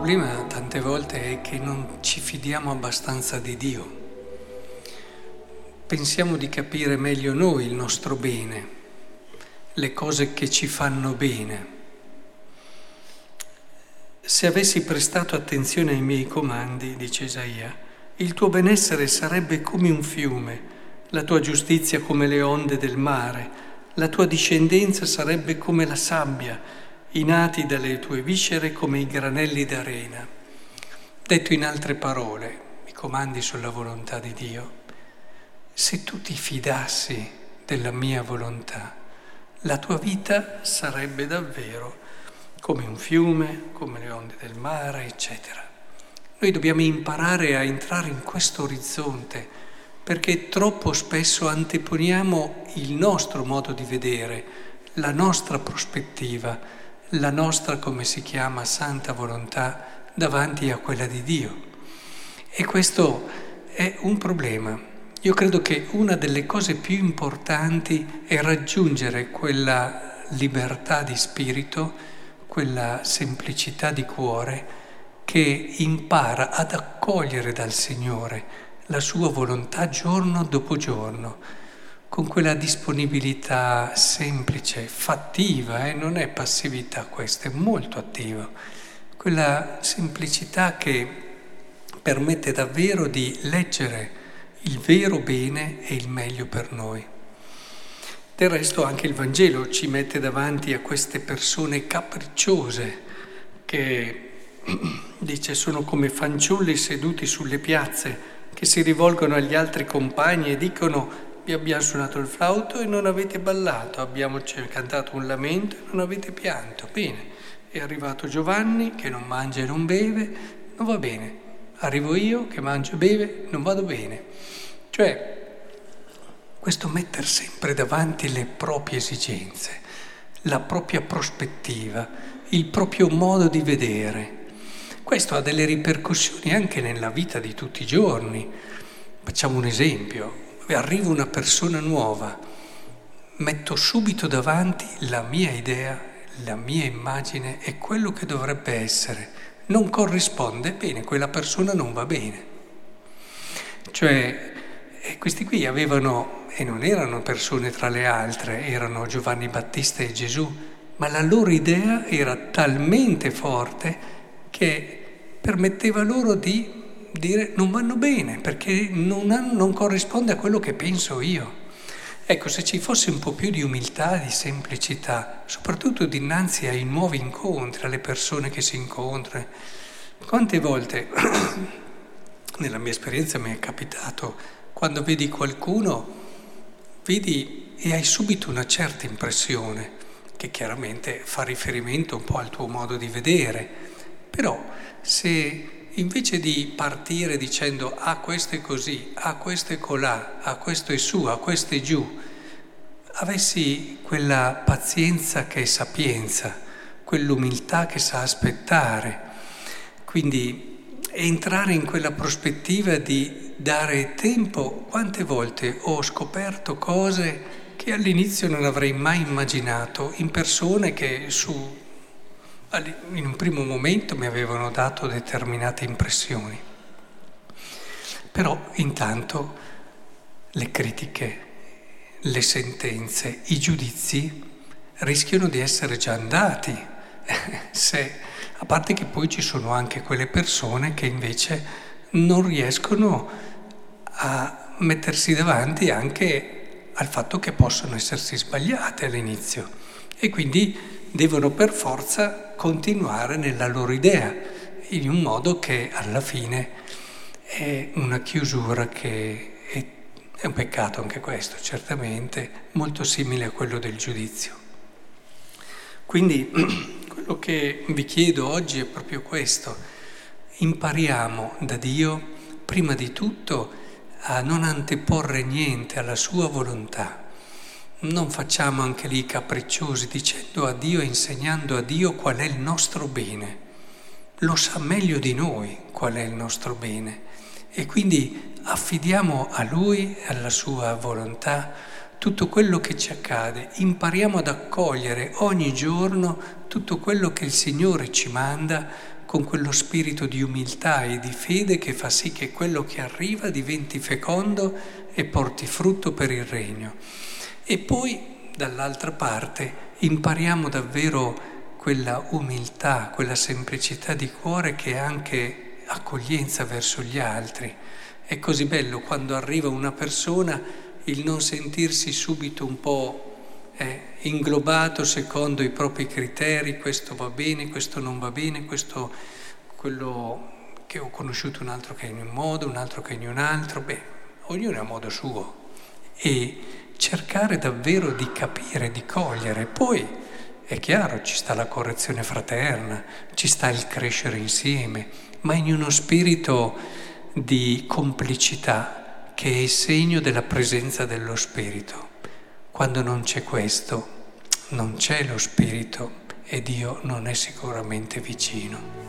problema tante volte è che non ci fidiamo abbastanza di Dio. Pensiamo di capire meglio noi il nostro bene, le cose che ci fanno bene. Se avessi prestato attenzione ai miei comandi, dice Isaia, il tuo benessere sarebbe come un fiume, la tua giustizia come le onde del mare, la tua discendenza sarebbe come la sabbia, i nati dalle tue viscere come i granelli d'arena. Detto in altre parole, i comandi sulla volontà di Dio. Se tu ti fidassi della mia volontà, la tua vita sarebbe davvero come un fiume, come le onde del mare, eccetera. Noi dobbiamo imparare a entrare in questo orizzonte, perché troppo spesso anteponiamo il nostro modo di vedere, la nostra prospettiva, la nostra, come si chiama, santa volontà davanti a quella di Dio. E questo è un problema. Io credo che una delle cose più importanti è raggiungere quella libertà di spirito, quella semplicità di cuore che impara ad accogliere dal Signore la sua volontà giorno dopo giorno, con quella disponibilità semplice, fattiva, non è passività questa, è molto attiva, quella semplicità che permette davvero di leggere il vero bene e il meglio per noi. Del resto anche il Vangelo ci mette davanti a queste persone capricciose che, dice, sono come fanciulli seduti sulle piazze che si rivolgono agli altri compagni e dicono: vi abbiamo suonato il flauto e non avete ballato, abbiamo cantato un lamento e non avete pianto. Bene, è arrivato Giovanni che non mangia e non beve, non va bene. Arrivo io che mangio e beve, non vado bene. Cioè, questo mettere sempre davanti le proprie esigenze, la propria prospettiva, il proprio modo di vedere, questo ha delle ripercussioni anche nella vita di tutti i giorni. Facciamo un esempio: arriva una persona nuova, metto subito davanti la mia idea, la mia immagine e quello che dovrebbe essere. Non corrisponde, bene, quella persona non va bene. Cioè, questi qui avevano, e non erano persone tra le altre, erano Giovanni Battista e Gesù, ma la loro idea era talmente forte che permetteva loro di dire non vanno bene, perché non corrisponde a quello che penso io. Ecco, se ci fosse un po' più di umiltà, di semplicità, soprattutto dinanzi ai nuovi incontri, alle persone che si incontrano. Quante volte, nella mia esperienza mi è capitato, quando vedi qualcuno, vedi e hai subito una certa impressione, che chiaramente fa riferimento un po' al tuo modo di vedere, però se invece di partire dicendo questo è così, questo è colà, questo è su, questo è giù, avessi quella pazienza che è sapienza, quell'umiltà che sa aspettare, quindi entrare in quella prospettiva di dare tempo. Quante volte ho scoperto cose che all'inizio non avrei mai immaginato in persone che in un primo momento mi avevano dato determinate impressioni. Però intanto le critiche, le sentenze, i giudizi rischiano di essere già andati, a parte che poi ci sono anche quelle persone che invece non riescono a mettersi davanti anche al fatto che possono essersi sbagliate all'inizio e quindi devono per forza continuare nella loro idea, in un modo che alla fine è una chiusura che è un peccato anche questo, certamente, molto simile a quello del giudizio. Quindi quello che vi chiedo oggi è proprio questo: impariamo da Dio, prima di tutto, a non anteporre niente alla sua volontà. Non facciamo anche lì capricciosi dicendo a Dio e insegnando a Dio qual è il nostro bene. Lo sa meglio di noi qual è il nostro bene e quindi affidiamo a Lui e alla sua volontà tutto quello che ci accade. Impariamo ad accogliere ogni giorno tutto quello che il Signore ci manda con quello spirito di umiltà e di fede che fa sì che quello che arriva diventi fecondo e porti frutto per il regno. E poi, dall'altra parte, impariamo davvero quella umiltà, quella semplicità di cuore che è anche accoglienza verso gli altri. È così bello quando arriva una persona il non sentirsi subito un po' inglobato secondo i propri criteri, questo va bene, questo non va bene, questo, quello che ho conosciuto un altro che è in un modo, un altro che è in un altro, ognuno ha modo suo. E cercare davvero di capire, di cogliere. Poi è chiaro, ci sta la correzione fraterna, ci sta il crescere insieme, ma in uno spirito di complicità che è il segno della presenza dello Spirito. Quando non c'è questo, non c'è lo Spirito e Dio non è sicuramente vicino.